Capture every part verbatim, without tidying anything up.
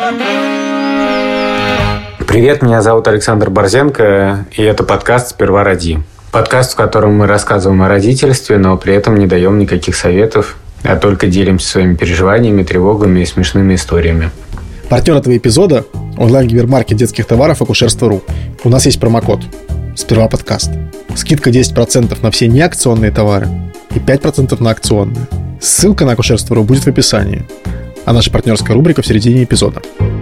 Привет, меня зовут Александр Борзенко, и это подкаст «Сперва роди». Подкаст, в котором мы рассказываем о родительстве, но при этом не даем никаких советов, а только делимся своими переживаниями, тревогами и смешными историями. Партнер этого эпизода – онлайн-гипермаркет детских товаров акушерство точка ру. У нас есть промокод «Сперва подкаст». Скидка десять процентов на все неакционные товары и пять процентов на акционные. Ссылка на акушерство точка ру будет в описании, а наша партнерская рубрика в середине эпизода.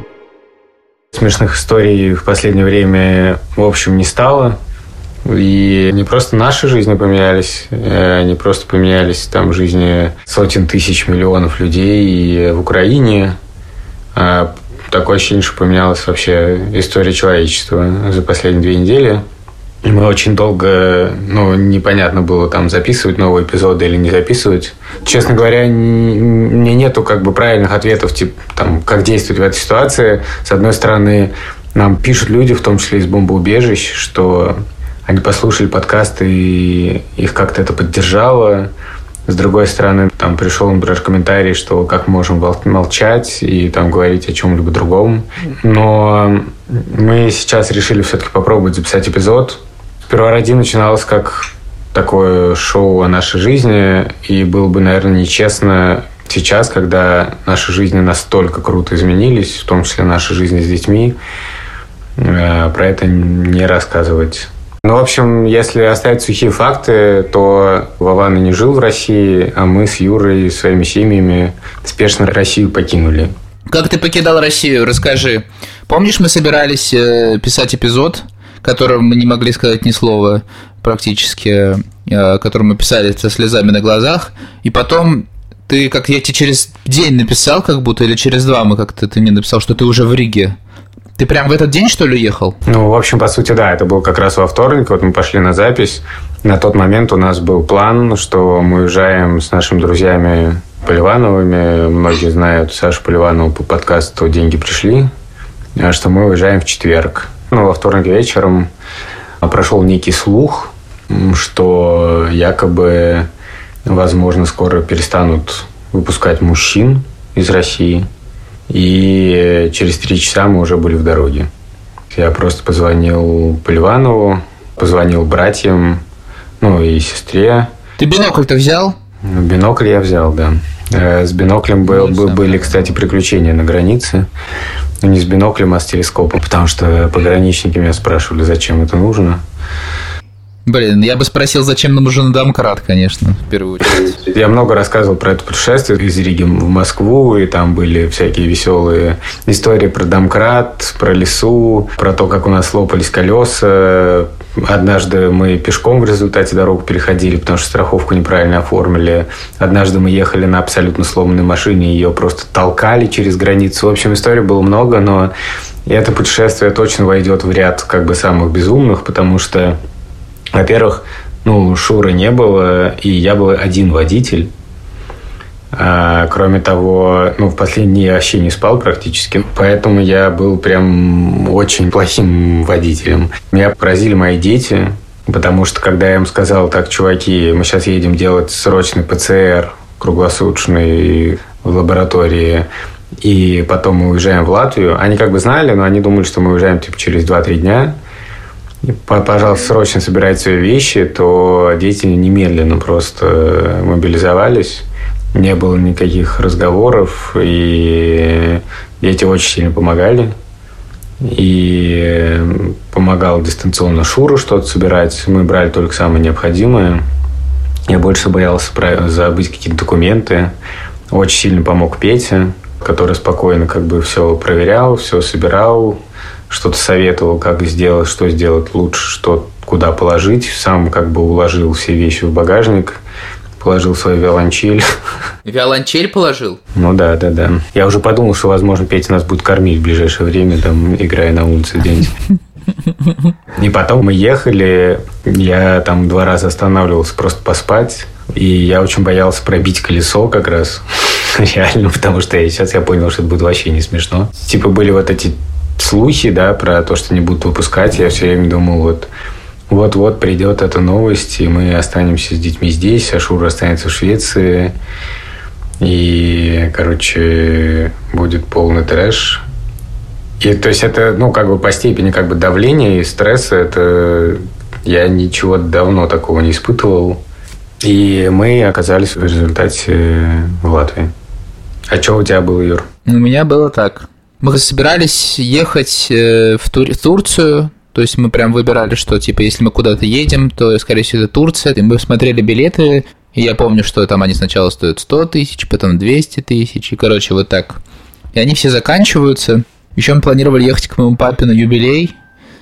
Смешных историй в последнее время, в общем, не стало. И не просто наши жизни поменялись, не просто поменялись там жизни сотен тысяч, миллионов людей в Украине. А такое ощущение, что поменялась вообще история человечества за последние две недели. И мы очень долго, ну, непонятно было там записывать новые эпизоды или не записывать. Честно говоря, мне нету как бы правильных ответов, типа, там, как действовать в этой ситуации. С одной стороны, нам пишут люди, в том числе из бомбоубежищ, что они послушали подкасты и их как-то это поддержало. С другой стороны, там пришел, например, комментарий, что как мы можем молчать и там говорить о чем-либо другом. Но мы сейчас решили все-таки попробовать записать эпизод. «Сперва роди» начиналось как такое шоу о нашей жизни, и было бы, наверное, нечестно сейчас, когда наши жизни настолько круто изменились, в том числе наши жизни с детьми, про это не рассказывать. Ну, в общем, если оставить сухие факты, то Вован и не жил в России, а мы с Юрой своими семьями спешно Россию покинули. Как ты покидал Россию? Расскажи. Помнишь, мы собирались э, писать эпизод, которым мы не могли сказать ни слова практически, э, который мы писали со слезами на глазах, и потом ты, как я тебе через день написал, как будто, или через два мы как-то ты мне написал, что ты уже в Риге. Ты прям в этот день, что ли, ехал? Ну, в общем, по сути, да. Это был как раз во вторник. Вот мы пошли на запись. На тот момент у нас был план, что мы уезжаем с нашими друзьями Поливановыми. Многие знают Сашу Поливанову по подкасту «Деньги пришли». Что мы уезжаем в четверг. Ну, во вторник вечером прошел некий слух, что якобы, возможно, скоро перестанут выпускать мужчин из России. И через три часа мы уже были в дороге. Я просто позвонил Поливанову, позвонил братьям, ну и сестре. Ты бинокль-то взял? Бинокль я взял, да. С биноклем был, был, были, кстати, приключения на границе. Но не с биноклем, а с телескопом. Потому что пограничники меня спрашивали, зачем это нужно. Блин, я бы спросил, зачем нам нужен домкрат, конечно, в первую очередь. Я много рассказывал про это путешествие из Риги в Москву, и там были всякие веселые истории про домкрат, про лесу, про то, как у нас лопались колеса. Однажды мы пешком в результате дорогу переходили, потому что страховку неправильно оформили. Однажды мы ехали на абсолютно сломанной машине, ее просто толкали через границу. В общем, историй было много, но это путешествие точно войдет в ряд как бы самых безумных, потому что, во-первых, ну, Шуры не было, и я был один водитель. А, кроме того, ну, в последние дни я вообще не спал практически, поэтому я был прям очень плохим водителем. Меня поразили мои дети, потому что, когда я им сказал: так, чуваки, мы сейчас едем делать срочный ПЦР круглосуточный в лаборатории, и потом мы уезжаем в Латвию, они как бы знали, но они думали, что мы уезжаем типа через два-три дня. Пожалуйста, срочно собирайте свои вещи, то дети немедленно просто мобилизовались. Не было никаких разговоров, и дети очень сильно помогали. И помогал дистанционно Шура что-то собирать. Мы брали только самое необходимое. Я больше боялся забыть какие-то документы. Очень сильно помог Петя, который спокойно как бы все проверял, все собирал, что-то советовал, как сделать, что сделать лучше, что куда положить. Сам как бы уложил все вещи в багажник, положил свой виолончель. Виолончель положил? Ну да, да, да. Я уже подумал, что, возможно, Петя нас будет кормить в ближайшее время, там, играя на улице где-нибудь. И потом мы ехали, я там два раза останавливался просто поспать, и я очень боялся пробить колесо как раз. Реально, потому что я, сейчас я понял, что это будет вообще не смешно. Типа были вот эти слухи, да, про то, что не будут выпускать. Я все время думал, вот вот-вот придет эта новость, и мы останемся с детьми здесь, а Шура останется в Швеции. И, короче, будет полный трэш. И то есть это, ну, как бы по степени как бы давления и стресса, это я ничего давно такого не испытывал. И мы оказались в результате в Латвии. А что у тебя было, Юр? У меня было так. Мы собирались ехать в, Тур- в Турцию. То есть мы прям выбирали, что типа если мы куда-то едем, то, скорее всего, это Турция. И мы смотрели билеты, и я помню, что там они сначала стоят сто тысяч, потом двести тысяч, и, короче, вот так. И они все заканчиваются. Еще мы планировали ехать к моему папе на юбилей,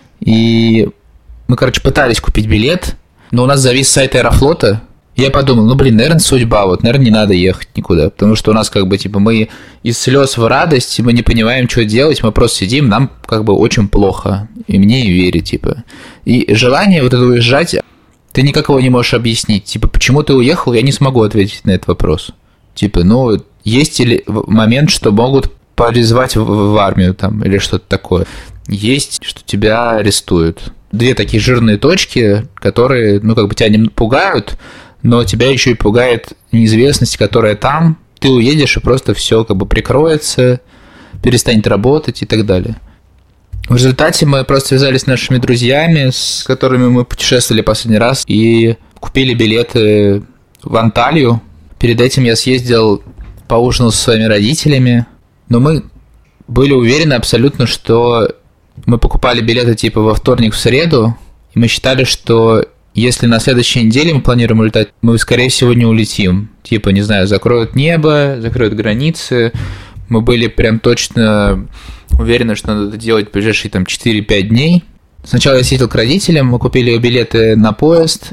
и мы, короче, пытались купить билет, но у нас завис сайт Аэрофлота. Я подумал, ну, блин, наверное, судьба, вот, наверное, не надо ехать никуда, потому что у нас, как бы, типа, мы из слез в радость, мы не понимаем, что делать, мы просто сидим, нам, как бы, очень плохо, и мне и вере, типа. И желание вот это уезжать, ты никак его не можешь объяснить, типа, почему ты уехал, я не смогу ответить на этот вопрос. Типа, ну, есть ли момент, что могут призвать в, в армию, там, или что-то такое. Есть, что тебя арестуют. Две такие жирные точки, которые, ну, как бы, тебя не пугают, но тебя еще и пугает неизвестность, которая там. Ты уедешь, и просто все как бы прикроется, перестанет работать и так далее. В результате мы просто связались с нашими друзьями, с которыми мы путешествовали последний раз, и купили билеты в Анталию. Перед этим я съездил, поужинал со своими родителями, но мы были уверены абсолютно, что мы покупали билеты типа во вторник, в среду, и мы считали, что если на следующей неделе мы планируем улетать, мы, скорее всего, не улетим. Типа, не знаю, закроют небо, закроют границы. Мы были прям точно уверены, что надо это делать в ближайшие там четыре-пять дней. Сначала я съездил к родителям, мы купили билеты на поезд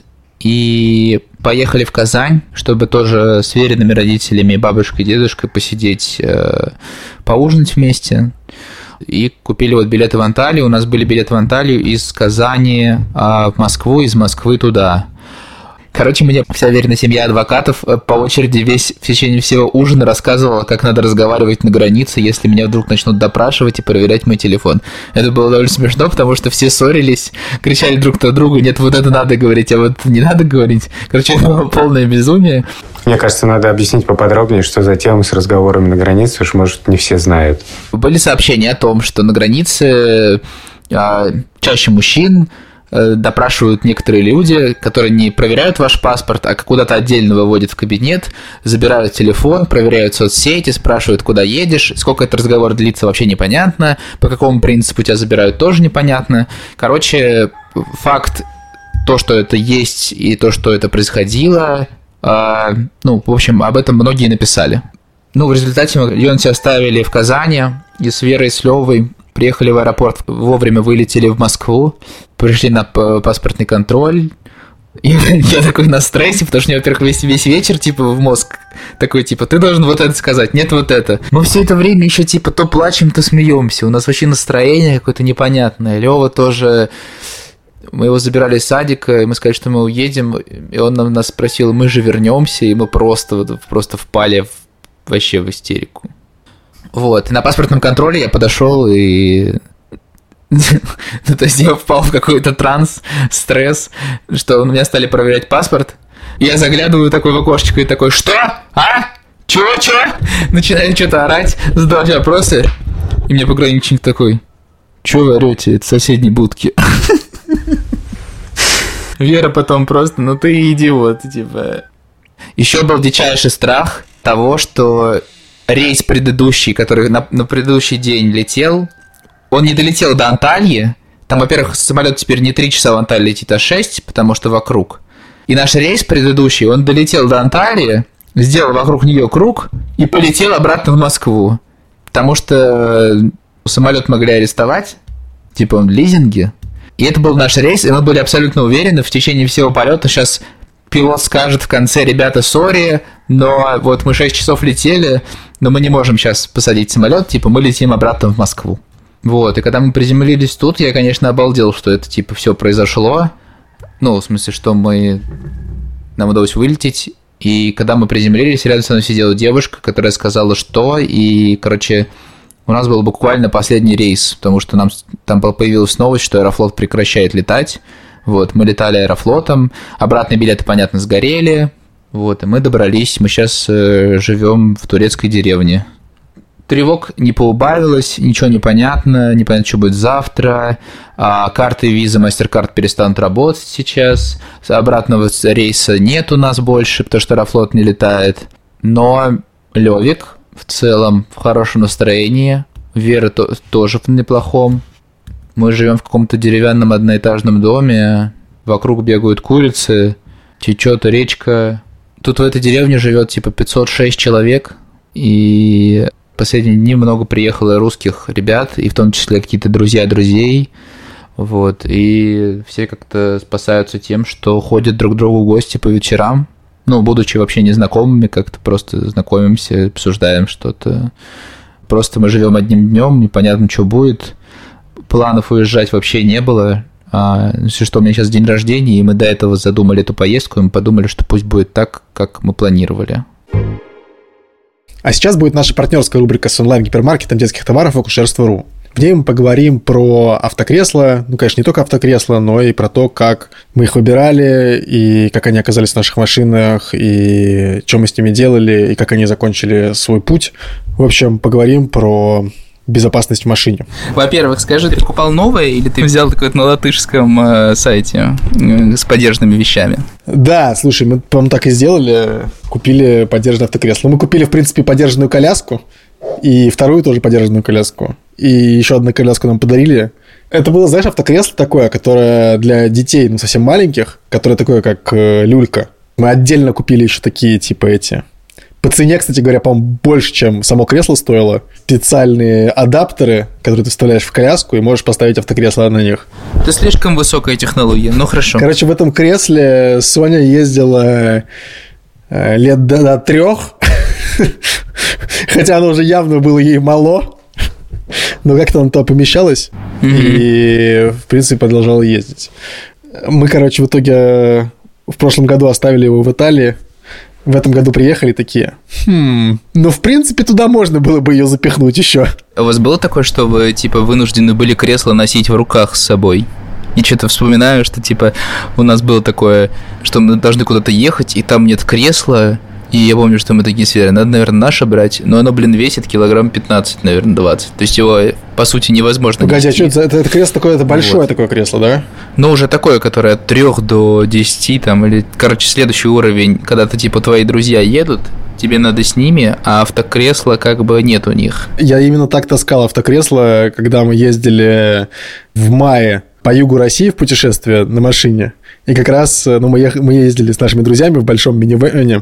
и поехали в Казань, чтобы тоже с веренными родителями, бабушкой и дедушкой посидеть, поужинать вместе. И купили вот билеты в Анталию. У нас были билеты в Анталию из Казани в Москву, из Москвы туда. Короче, мне вся веренная семья адвокатов по очереди весь в течение всего ужина рассказывала, как надо разговаривать на границе, если меня вдруг начнут допрашивать и проверять мой телефон. Это было довольно смешно, потому что все ссорились, кричали друг на друга: нет, вот это надо говорить, а вот не надо говорить. Короче, это было полное безумие. Мне кажется, надо объяснить поподробнее, что за тема с разговорами на границе, уж, может, не все знают. Были сообщения о том, что на границе а, чаще мужчин допрашивают некоторые люди, которые не проверяют ваш паспорт, а куда-то отдельно выводят в кабинет, забирают телефон, проверяют соцсети, спрашивают, куда едешь, сколько этот разговор длится, вообще непонятно, по какому принципу тебя забирают, тоже непонятно. Короче, факт, то, что это есть, и то, что это происходило, э, ну, в общем, об этом многие написали. Ну, в результате мы Йонси оставили в Казани, и с Верой, и с Левой приехали в аэропорт, вовремя вылетели в Москву, пришли на паспортный контроль. И я такой на стрессе, потому что мне, во-первых, весь, весь вечер, типа, в мозг такой, типа, ты должен вот это сказать, нет, вот это. Мы все это время еще, типа, то плачем, то смеемся. У нас вообще настроение какое-то непонятное. Лёва тоже... Мы его забирали из садика, и мы сказали, что мы уедем, и он нам, нас спросил, мы же вернемся, и мы просто, просто впали в, вообще в истерику. Вот, и на паспортном контроле я подошел и... Ну, то есть я впал в какой-то транс, стресс, что у меня стали проверять паспорт. Я заглядываю такой в окошечко и такой: что? А? Чего, чего? Начинаю что-то орать, задавать вопросы. И мне пограничник такой: чего вы орете? Это соседней будки. Вера потом просто: ну ты идиот, типа. Еще был дичайший страх того, что рейс предыдущий, который на, на предыдущий день летел, он не долетел до Анталии. Там, во-первых, самолет теперь не три часа в Анталии летит, а шесть, потому что вокруг. И наш рейс предыдущий, он долетел до Анталии, сделал вокруг нее круг и полетел обратно в Москву. Потому что самолет могли арестовать, типа он в лизинге. И это был наш рейс, и мы были абсолютно уверены в течение всего полета. Сейчас пилот скажет в конце: ребята, сори, но вот мы шесть часов летели, но мы не можем сейчас посадить самолет, типа мы летим обратно в Москву. Вот, и когда мы приземлились тут, я, конечно, обалдел, что это, типа, все произошло. Ну, в смысле, что мы... Нам удалось вылететь. И когда мы приземлились, рядом со мной сидела девушка, которая сказала, что... И, короче, у нас был буквально последний рейс, потому что нам там появилась новость, что Аэрофлот прекращает летать. Вот, мы летали Аэрофлотом. Обратные билеты, понятно, сгорели. Вот, и мы добрались. Мы сейчас э, живем в турецкой деревне. Тревог не поубавилось, ничего не понятно, непонятно, что будет завтра. А карты Visa, MasterCard перестанут работать сейчас. Обратного рейса нет у нас больше, потому что Аэрофлот не летает. Но Лёвик в целом в хорошем настроении. Вера то, тоже в неплохом. Мы живем в каком-то деревянном одноэтажном доме. Вокруг бегают курицы, течет речка. Тут в этой деревне живет типа пятьсот шесть человек. И в последние дни много приехало русских ребят, и в том числе какие-то друзья друзей. Вот, и все как-то спасаются тем, что ходят друг к другу в гости по вечерам. Ну, будучи вообще незнакомыми, как-то просто знакомимся, обсуждаем что-то. Просто мы живем одним днем, непонятно, что будет. Планов уезжать вообще не было. А, если что, у меня сейчас день рождения, и мы до этого задумали эту поездку, и мы подумали, что пусть будет так, как мы планировали. А сейчас будет наша партнерская рубрика с онлайн-гипермаркетом детских товаров акушерство точка ру. В ней мы поговорим про автокресла, ну, конечно, не только автокресла, но и про то, как мы их выбирали, и как они оказались в наших машинах, и что мы с ними делали, и как они закончили свой путь. В общем, поговорим про безопасность в машине. Во-первых, скажи, ты покупал новое или ты взял такое на латышском э, сайте э, с подержанными вещами? Да, слушай, мы, по-моему, так и сделали. Купили подержанное автокресло. Мы купили, в принципе, подержанную коляску и вторую тоже подержанную коляску. И еще одну коляску нам подарили. Это было, знаешь, автокресло такое, которое для детей, ну, совсем маленьких, которое такое, как э, люлька. Мы отдельно купили еще такие, типа эти... По цене, кстати говоря, по-моему, больше, чем само кресло стоило. Специальные адаптеры, которые ты вставляешь в коляску и можешь поставить автокресло на них. Это слишком высокая технология, ну хорошо. Короче, в этом кресле Соня ездила лет до, до трех, хотя оно уже явно было ей мало, но как-то оно туда помещалось и, в принципе, продолжала ездить. Мы, короче, в итоге в прошлом году оставили его в Италии. В этом году приехали такие, хм, ну, в принципе, туда можно было бы ее запихнуть еще. У вас было такое, что вы, типа, вынуждены были кресло носить в руках с собой? И что-то вспоминаю, что, типа, у нас было такое, что мы должны куда-то ехать, и там нет кресла, и я помню, что мы такие сверили, надо, наверное, наше брать, но оно, блин, весит килограмм пятнадцать, наверное, двадцать. То есть его, по сути, невозможно Погоди, нести. а что это, это кресло такое, это большое вот. Такое кресло, да? Ну, уже такое, которое от трёх до десяти, там, или, короче, следующий уровень, когда ты, типа, твои друзья едут, тебе надо с ними, а автокресла как бы нет у них. Я именно так таскал автокресло, когда мы ездили в мае по югу России в путешествие на машине. И как раз ну, мы, ех... мы ездили с нашими друзьями в большом минивэне.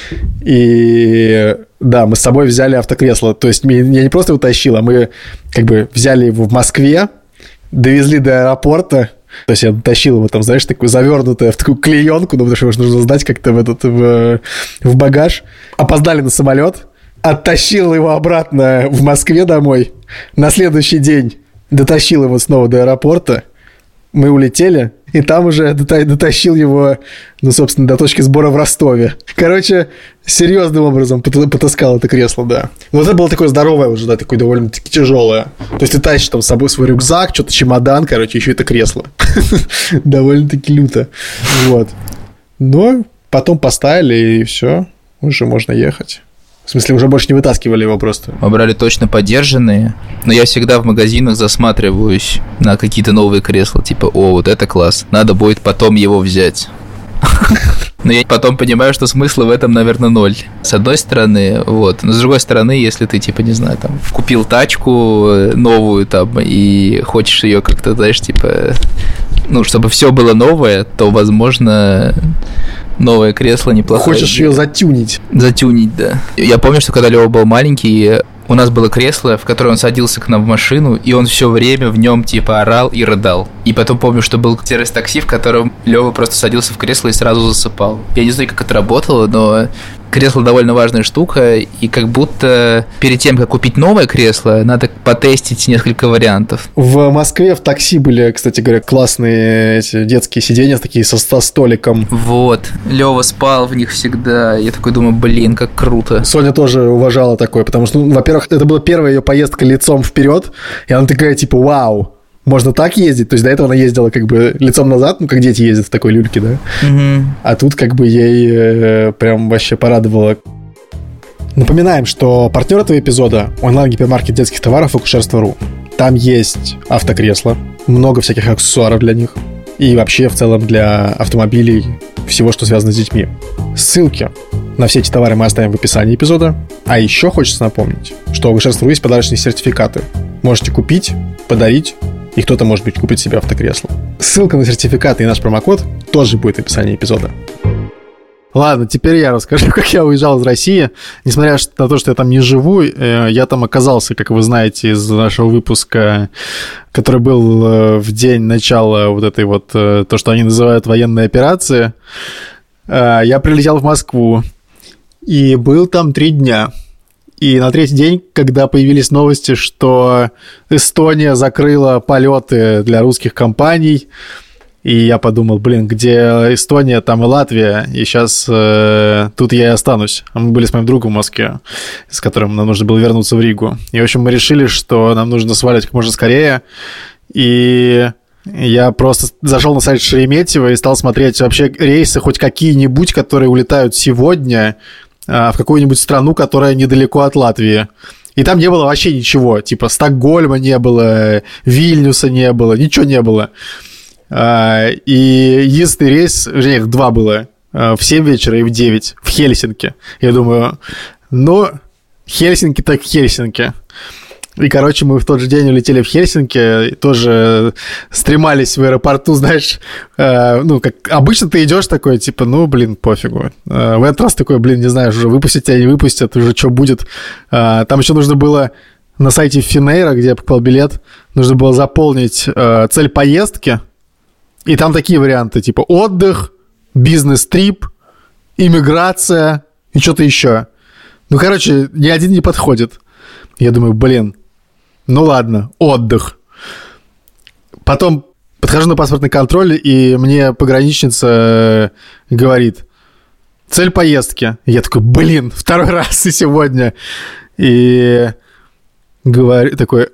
И да, мы с собой взяли автокресло. То есть я не просто его тащил, а мы как бы взяли его в Москве, довезли до аэропорта. То есть я тащил его там, знаешь, такую завернутую в такую клеенку, ну, потому что его нужно сдать как-то в, этот, в, в багаж. Опоздали на самолет, оттащил его обратно в Москве домой. На следующий день дотащил его снова до аэропорта. Мы улетели, и там уже дотащил его, ну, собственно, до точки сбора в Ростове. Короче, серьезным образом потаскал это кресло, да. Но это было такое здоровое уже, да, такое довольно-таки тяжелое. То есть ты тащишь там с собой свой рюкзак, что-то чемодан, короче, еще это кресло. Довольно-таки люто. Вот. Но потом поставили, и все, уже можно ехать. В смысле, уже больше не вытаскивали его просто. Мы брали точно подержанные, но я всегда в магазинах засматриваюсь на какие-то новые кресла, типа, о, вот это класс, надо будет потом его взять. Но я потом понимаю, что смысла в этом, наверное, ноль. С одной стороны, вот, но с другой стороны, если ты, типа, не знаю, там, купил тачку новую, там, и хочешь ее как-то, знаешь, типа, ну, чтобы все было новое, то, возможно... Новое кресло неплохое. Хочешь ее затюнить? Затюнить, да. Я помню, что когда Лёва был маленький, у нас было кресло, в которое он садился к нам в машину, и он все время в нем типа орал и рыдал. И потом помню, что был сервис-такси, в котором Лёва просто садился в кресло и сразу засыпал. Я не знаю, как это работало, но кресло довольно важная штука, и как будто перед тем, как купить новое кресло, надо потестить несколько вариантов. В Москве в такси были, кстати говоря, классные эти детские сиденья, такие со, со столиком. Вот, Лёва спал в них всегда, я такой думаю, блин, как круто. Соня тоже уважала такое, потому что, ну, во-первых, это была первая ее поездка лицом вперед, и она такая, типа, вау, можно так ездить? То есть до этого она ездила как бы лицом назад, ну, как дети ездят в такой люльке, да? Угу. А тут как бы ей э, прям вообще порадовало. Напоминаем, что партнер этого эпизода – онлайн-гипермаркет детских товаров «Акушерство.ру». Там есть автокресла, много всяких аксессуаров для них и вообще в целом для автомобилей, всего, что связано с детьми. Ссылки на все эти товары мы оставим в описании эпизода. А еще хочется напомнить, что у «Акушерство.ру» есть подарочные сертификаты. Можете купить, подарить, и кто-то, может быть, купит себе автокресло. Ссылка на сертификаты и наш промокод тоже будет в описании эпизода. Ладно, теперь я расскажу, как я уезжал из России. Несмотря на то, что я там не живу, я там оказался, как вы знаете, из нашего выпуска, который был в день начала вот этой вот, то, что они называют военной операции. Я прилетел в Москву и был там три дня. И на третий день, когда появились новости, что Эстония закрыла полеты для русских компаний, и я подумал, блин, где Эстония, там и Латвия, и сейчас э, тут я и останусь. А мы были с моим другом в Москве, с которым нам нужно было вернуться в Ригу. И, в общем, мы решили, что нам нужно сваливать как можно скорее. И я просто зашел на сайт Шереметьево и стал смотреть вообще рейсы хоть какие-нибудь, которые улетают сегодня э, в какую-нибудь страну, которая недалеко от Латвии. И там не было вообще ничего. Типа Стокгольма не было, Вильнюса не было, ничего не было. И единственный рейс, вернее, их два было, в семь вечера и в девять, в Хельсинки. Я думаю, ну, Хельсинки так Хельсинки. И, короче, мы в тот же день улетели в Хельсинки, тоже стремались в аэропорту, знаешь, ну, как обычно ты идешь такой, типа, ну, блин, пофигу. В этот раз такой, блин, не знаю, уже выпустят тебя, не выпустят, уже что будет. Там еще нужно было на сайте Finnair, где я покупал билет, нужно было заполнить цель поездки. И там такие варианты, типа отдых, бизнес-трип, иммиграция и что-то еще. Ну, короче, ни один не подходит. Я думаю, блин, ну ладно, отдых. Потом подхожу на паспортный контроль, и мне пограничница говорит, цель поездки. Я такой, блин, второй раз и сегодня. И говорю, такой...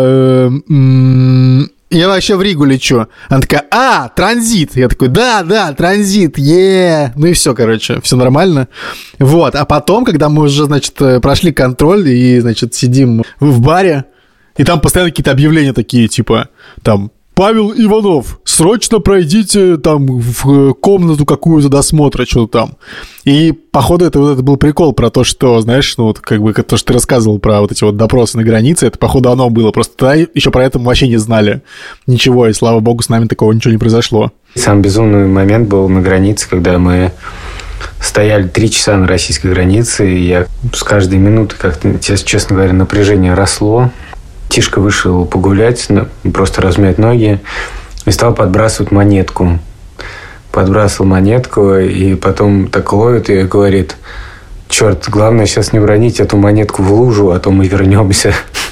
Я вообще в Ригу лечу. Она такая, а, транзит. Я такой, да, да, транзит, е Ну и все, короче, все нормально. Вот, а потом, когда мы уже, значит, прошли контроль и, значит, сидим в баре, и там постоянно какие-то объявления такие, типа, там, Павел Иванов, срочно пройдите там в комнату какую-то досмотра, что-то там. И, походу, это, вот, это был прикол про то, что, знаешь, ну, вот как бы то, что ты рассказывал про вот эти вот допросы на границе, это, походу, оно было. Просто тогда еще про это мы вообще не знали ничего, и, слава богу, с нами такого ничего не произошло. Самый безумный момент был на границе, когда мы стояли три часа на российской границе, и я с каждой минуты, как-то, честно говоря, напряжение росло. Тишка вышел погулять, просто размять ноги, и стал подбрасывать монетку. Подбрасывал монетку, и потом так ловит и говорит, черт, главное сейчас не уронить эту монетку в лужу, а то мы вернемся.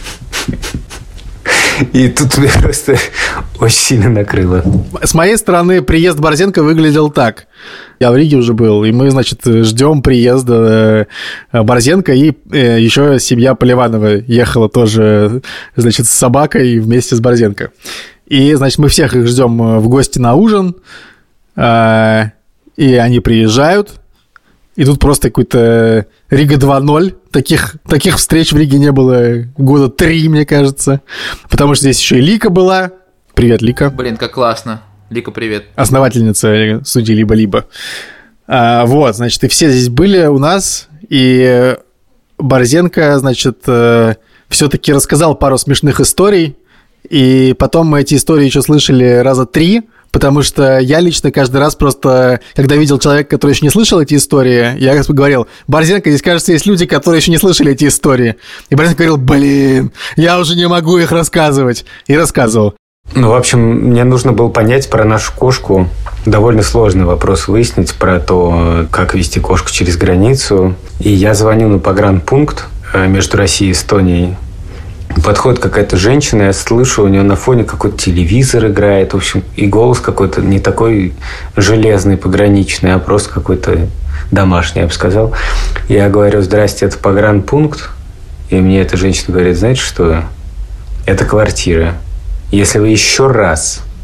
И тут меня просто очень сильно накрыло. С моей стороны, приезд Борзенко выглядел так. Я в Риге уже был, и мы, значит, ждем приезда Борзенко, и еще семья Поливанова ехала тоже, значит, с собакой вместе с Борзенко. И, значит, мы всех их ждем в гости на ужин, и они приезжают, и тут просто какой-то Рига два ноль. Таких, таких встреч в Риге не было года три, мне кажется. Потому что здесь еще и Лика была. Привет, Лика. Блин, как классно. Лика, привет. Основательница студии «Либо-либо». А, вот, значит, и все здесь были у нас. И Борзенко, значит, все-таки рассказал пару смешных историй. И потом мы эти истории еще слышали раза три. Потому что я лично каждый раз просто, когда видел человека, который еще не слышал эти истории, я говорил, Борзенко, здесь, кажется, есть люди, которые еще не слышали эти истории. И Борзенко говорил, блин, я уже не могу их рассказывать. И рассказывал. Ну, в общем, мне нужно было понять про нашу кошку. Довольно сложный вопрос выяснить про то, как вести кошку через границу. И я звоню на погранпункт между Россией и Эстонией. Подходит какая-то женщина, я слышу, у нее на фоне какой-то телевизор играет, в общем, и голос какой-то не такой железный, пограничный, а просто какой-то домашний, я бы сказал. Я говорю, здрасте, это погранпункт. И мне эта женщина говорит, знаете что, это квартира. Если вы еще раз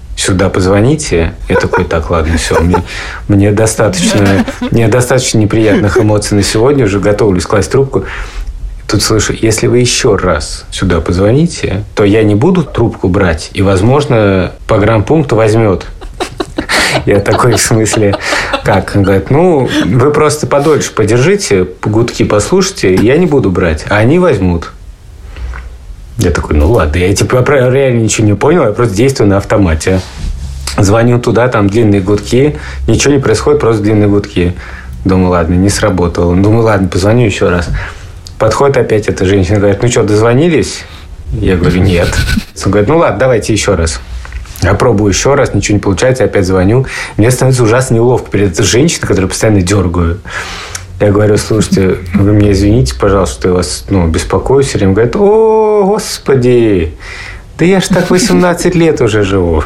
сюда позвоните. Я такой, так, ладно, все, мне, мне, достаточно, мне достаточно неприятных эмоций на сегодня, уже готовлюсь класть трубку. Тут слышу, если вы еще раз сюда позвоните, то я не буду трубку брать, и, возможно, погранпункт возьмет. Я такой, в смысле, как? Он говорит, ну, вы просто подольше подержите, гудки послушайте, я не буду брать, а они возьмут. Я такой, ну ладно, я типа реально ничего не понял, я просто действую на автомате. Звоню туда, там длинные гудки, ничего не происходит, просто длинные гудки. Думаю, ладно, не сработало. Думаю, ладно, позвоню еще раз. Подходит опять эта женщина, говорит, ну что, дозвонились? Я говорю, нет. Он говорит, ну ладно, давайте еще раз. Я пробую еще раз, ничего не получается, опять звоню. Мне становится ужасно неловко перед этой женщиной, которую постоянно дергаю. Я говорю, слушайте, вы меня извините, пожалуйста, что я вас ну, беспокою все время. Говорит, о, господи, да я ж так восемнадцать лет уже живу.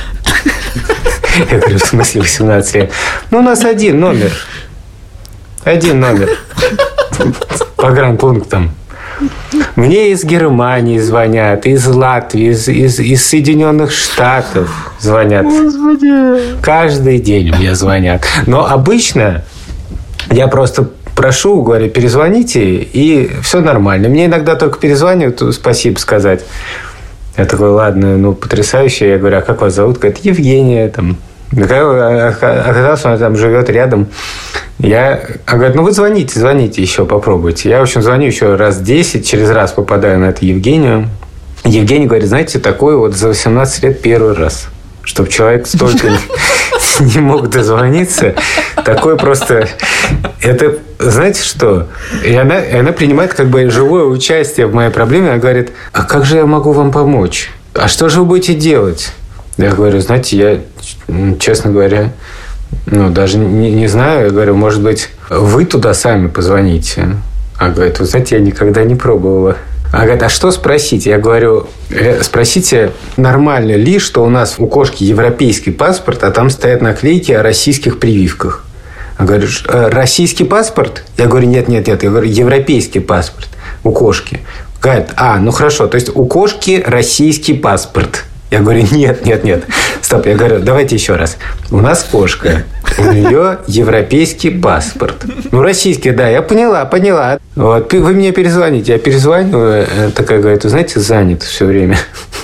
Я говорю, в смысле восемнадцать лет? Ну, у нас один номер. Один номер. Погранпунктом. Мне из Германии звонят, из Латвии, из, из, из Соединенных Штатов звонят. Господи. Каждый день мне звонят. Но обычно я просто прошу, говорю, перезвоните, и все нормально. Мне иногда только перезванивают, спасибо сказать. Я такой, ладно, ну, потрясающе. Я говорю, а как вас зовут? Говорит, Евгения, там. Оказалось, она там живет рядом. Я говорю, ну вы звоните, звоните еще, попробуйте. Я, в общем, звоню еще раз десять, через раз попадаю на эту Евгению. Евгений говорит, знаете, такой вот за восемнадцать лет первый раз. Чтобы человек столько не мог дозвониться. Такой просто... Это, знаете что? И она, и она принимает как бы живое участие в моей проблеме. Она говорит, а как же я могу вам помочь? А что же вы будете делать? Я говорю, знаете, я, честно говоря, ну, даже не, не знаю. Я говорю, может быть, вы туда сами позвоните. Она говорит, вы знаете, я никогда не пробовала. Она говорит, а что спросить? Я говорю, спросите, нормально ли, что у нас у кошки европейский паспорт, а там стоят наклейки о российских прививках. Она говорит, российский паспорт? Я говорю, нет, нет, нет. Я говорю, европейский паспорт у кошки. Говорит, а, ну хорошо, то есть у кошки российский паспорт. Я говорю, нет, нет, нет. Стоп, я говорю, давайте еще раз. У нас кошка, у нее европейский паспорт. Ну, российский, да, я поняла, поняла. Вот, вы мне перезвоните. Я перезвоню, такая говорит, вы знаете, занят все время.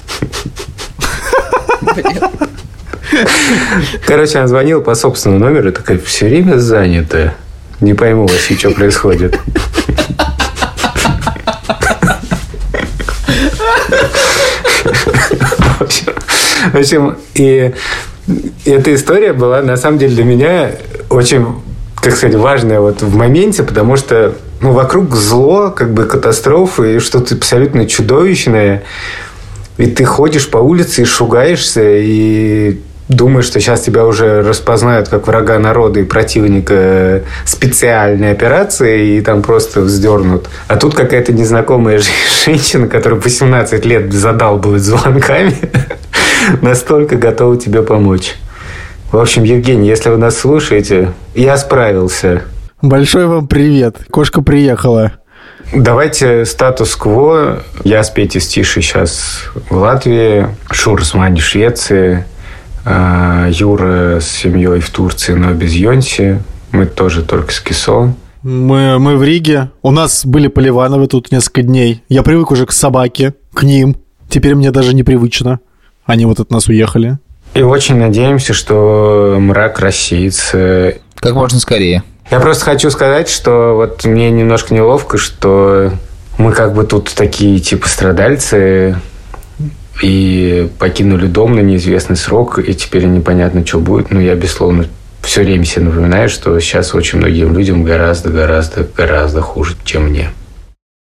Короче, она звонила по собственному номеру, и такая, все время занята. Не пойму вообще, что происходит. В общем, и эта история была, на самом деле, для меня очень, как сказать, важная вот в моменте, потому что ну, вокруг зло, как бы катастрофы, и что-то абсолютно чудовищное. И ты ходишь по улице и шугаешься, и думаешь, что сейчас тебя уже распознают как врага народа и противника специальной операции, и там просто вздернут. А тут какая-то незнакомая женщина, которая восемнадцать лет задалбывает звонками, настолько готова тебе помочь. В общем, Евгений, если вы нас слушаете, я справился. Большой вам привет. Кошка приехала. Давайте статус-кво. Я с Петей Стишей сейчас в Латвии, Шура с Маней в Швеции, Юра с семьей в Турции, но без Йонси. Мы тоже только с Кисо. Мы, мы в Риге. У нас были Поливановы тут несколько дней. Я привык уже к собаке, к ним. Теперь мне даже непривычно. Они вот от нас уехали. И очень надеемся, что мрак рассеется. Как можно скорее. Я просто хочу сказать, что вот мне немножко неловко, что мы как бы тут такие типа страдальцы и покинули дом на неизвестный срок, и теперь непонятно, что будет. Но я, безусловно, все время себе напоминаю, что сейчас очень многим людям гораздо-гораздо-гораздо хуже, чем мне.